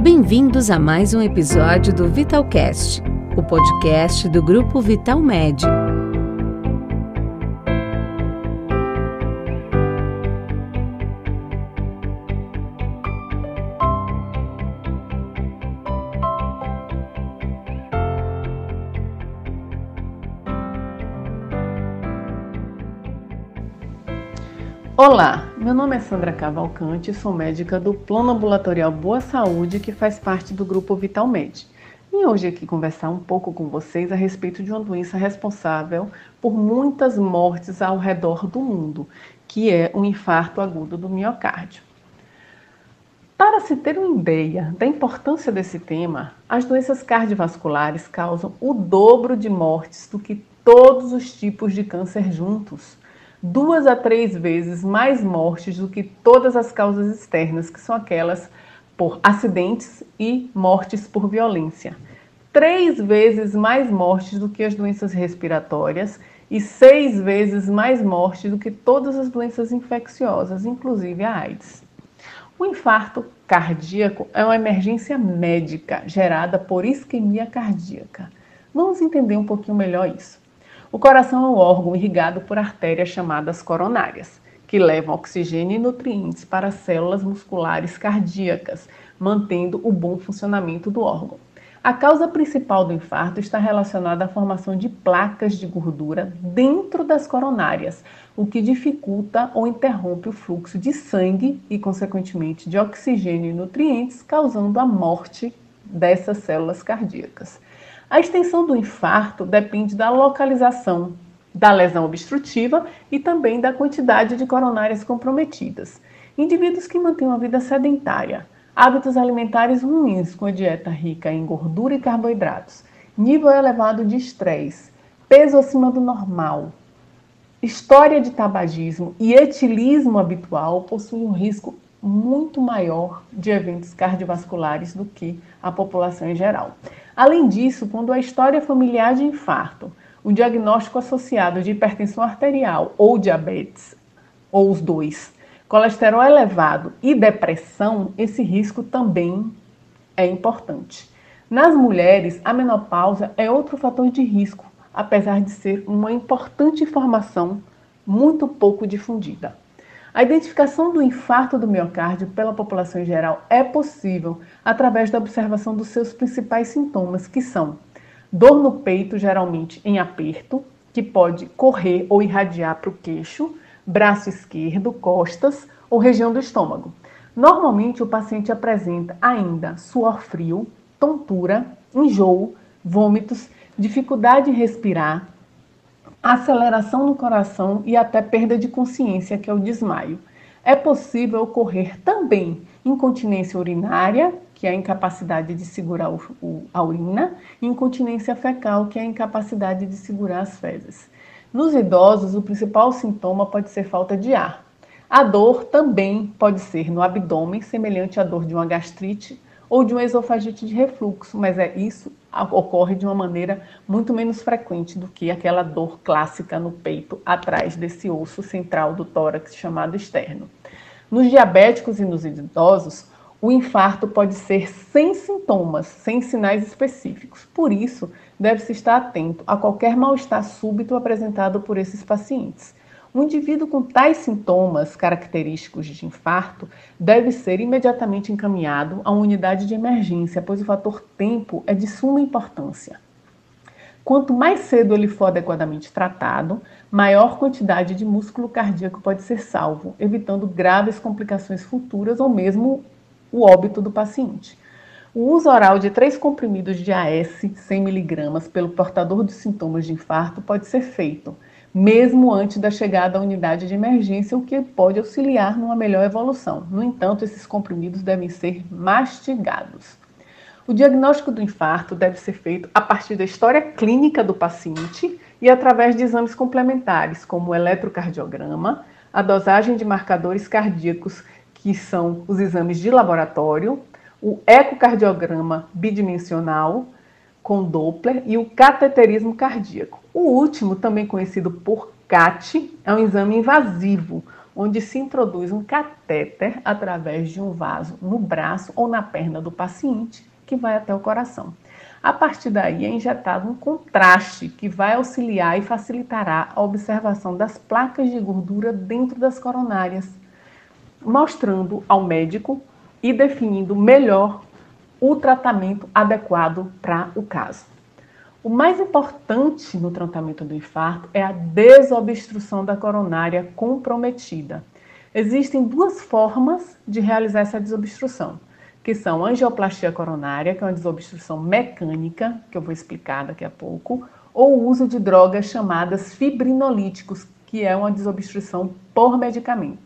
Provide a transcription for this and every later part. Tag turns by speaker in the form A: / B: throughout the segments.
A: Bem-vindos a mais um episódio do Vitalcast, o podcast do Grupo Vitalmed.
B: Olá, meu nome é Sandra Cavalcante, sou médica do Plano Ambulatorial Boa Saúde, que faz parte do Grupo Vitalmed. E hoje aqui conversar um pouco com vocês a respeito de uma doença responsável por muitas mortes ao redor do mundo, que é o infarto agudo do miocárdio. Para se ter uma ideia da importância desse tema, as doenças cardiovasculares causam o dobro de mortes do que todos os tipos de câncer juntos. 2 a 3 vezes mais mortes do que todas as causas externas, que são aquelas por acidentes e mortes por violência. 3 vezes mais mortes do que as doenças respiratórias e 6 vezes mais mortes do que todas as doenças infecciosas, inclusive a AIDS. O infarto cardíaco é uma emergência médica gerada por isquemia cardíaca. Vamos entender um pouquinho melhor isso. O coração é um órgão irrigado por artérias chamadas coronárias, que levam oxigênio e nutrientes para as células musculares cardíacas, mantendo o bom funcionamento do órgão. A causa principal do infarto está relacionada à formação de placas de gordura dentro das coronárias, o que dificulta ou interrompe o fluxo de sangue e, consequentemente, de oxigênio e nutrientes, causando a morte dessas células cardíacas. A extensão do infarto depende da localização da lesão obstrutiva e também da quantidade de coronárias comprometidas. Indivíduos que mantêm uma vida sedentária, hábitos alimentares ruins com a dieta rica em gordura e carboidratos, nível elevado de estresse, peso acima do normal, história de tabagismo e etilismo habitual possuem um risco muito maior de eventos cardiovasculares do que a população em geral. Além disso, quando a história familiar de infarto, o diagnóstico associado de hipertensão arterial ou diabetes, ou os dois, colesterol elevado e depressão, esse risco também é importante. Nas mulheres, a menopausa é outro fator de risco, apesar de ser uma importante informação muito pouco difundida. A identificação do infarto do miocárdio pela população em geral é possível através da observação dos seus principais sintomas, que são dor no peito, geralmente em aperto, que pode correr ou irradiar para o queixo, braço esquerdo, costas ou região do estômago. Normalmente, o paciente apresenta ainda suor frio, tontura, enjoo, vômitos, dificuldade em respirar, aceleração no coração e até perda de consciência, que é o desmaio. É possível ocorrer também incontinência urinária, que é a incapacidade de segurar a urina, e incontinência fecal, que é a incapacidade de segurar as fezes. Nos idosos, o principal sintoma pode ser falta de ar. A dor também pode ser no abdômen, semelhante à dor de uma gastrite ou de uma esofagite de refluxo, mas isso ocorre de uma maneira muito menos frequente do que aquela dor clássica no peito, atrás desse osso central do tórax chamado externo. Nos diabéticos e nos idosos, o infarto pode ser sem sintomas, sem sinais específicos. Por isso, deve-se estar atento a qualquer mal-estar súbito apresentado por esses pacientes. Um indivíduo com tais sintomas característicos de infarto deve ser imediatamente encaminhado a uma unidade de emergência, pois o fator tempo é de suma importância. Quanto mais cedo ele for adequadamente tratado, maior quantidade de músculo cardíaco pode ser salvo, evitando graves complicações futuras ou mesmo o óbito do paciente. O uso oral de 3 comprimidos de AS 100 mg pelo portador dos sintomas de infarto pode ser feito, mesmo antes da chegada à unidade de emergência, o que pode auxiliar numa melhor evolução. No entanto, esses comprimidos devem ser mastigados. O diagnóstico do infarto deve ser feito a partir da história clínica do paciente e através de exames complementares, como o eletrocardiograma, a dosagem de marcadores cardíacos, que são os exames de laboratório, o ecocardiograma bidimensional, com Doppler e o cateterismo cardíaco. O último, também conhecido por CAT, é um exame invasivo, onde se introduz um catéter através de um vaso no braço ou na perna do paciente, que vai até o coração. A partir daí é injetado um contraste que vai auxiliar e facilitará a observação das placas de gordura dentro das coronárias, mostrando ao médico e definindo melhor o tratamento adequado para o caso. O mais importante no tratamento do infarto é a desobstrução da coronária comprometida. Existem duas formas de realizar essa desobstrução, que são a angioplastia coronária, que é uma desobstrução mecânica, que eu vou explicar daqui a pouco, ou o uso de drogas chamadas fibrinolíticos, que é uma desobstrução por medicamento.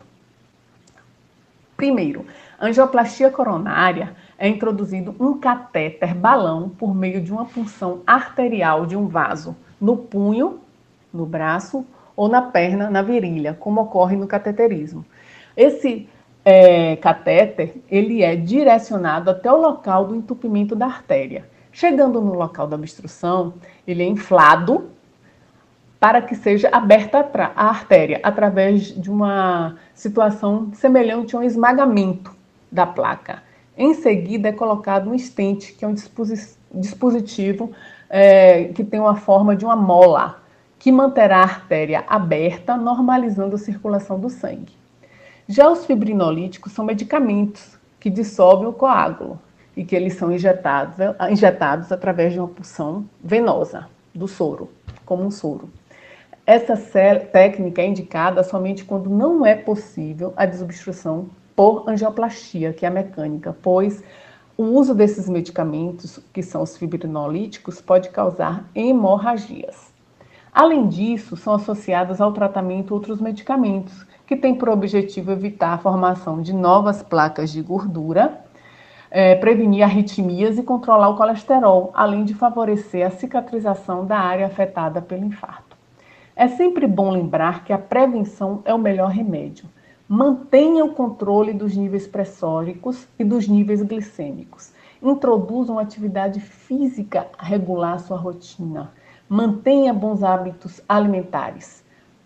B: Primeiro, a angioplastia coronária é introduzido um catéter balão por meio de uma punção arterial de um vaso no punho, no braço ou na perna, na virilha, como ocorre no cateterismo. Esse catéter, ele é direcionado até o local do entupimento da artéria. Chegando no local da obstrução, ele é inflado para que seja aberta a artéria, através de uma situação semelhante a um esmagamento da placa. Em seguida, é colocado um stent, que é um dispositivo que tem uma forma de uma mola, que manterá a artéria aberta, normalizando a circulação do sangue. Já os fibrinolíticos são medicamentos que dissolvem o coágulo e que eles são injetados através de uma punção venosa do soro, como um soro. Essa técnica é indicada somente quando não é possível a desobstrução por angioplastia, que é a mecânica, pois o uso desses medicamentos, que são os fibrinolíticos, pode causar hemorragias. Além disso, são associados ao tratamento outros medicamentos, que têm por objetivo evitar a formação de novas placas de gordura, prevenir arritmias e controlar o colesterol, além de favorecer a cicatrização da área afetada pelo infarto. É sempre bom lembrar que a prevenção é o melhor remédio. Mantenha o controle dos níveis pressóricos e dos níveis glicêmicos. Introduza uma atividade física a regular a sua rotina. Mantenha bons hábitos alimentares.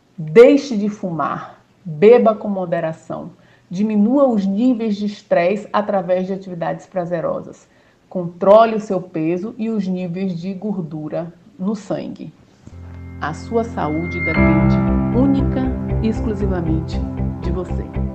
B: Deixe de fumar. Beba com moderação. Diminua os níveis de estresse através de atividades prazerosas. Controle o seu peso e os níveis de gordura no sangue. A sua saúde depende única e exclusivamente de você.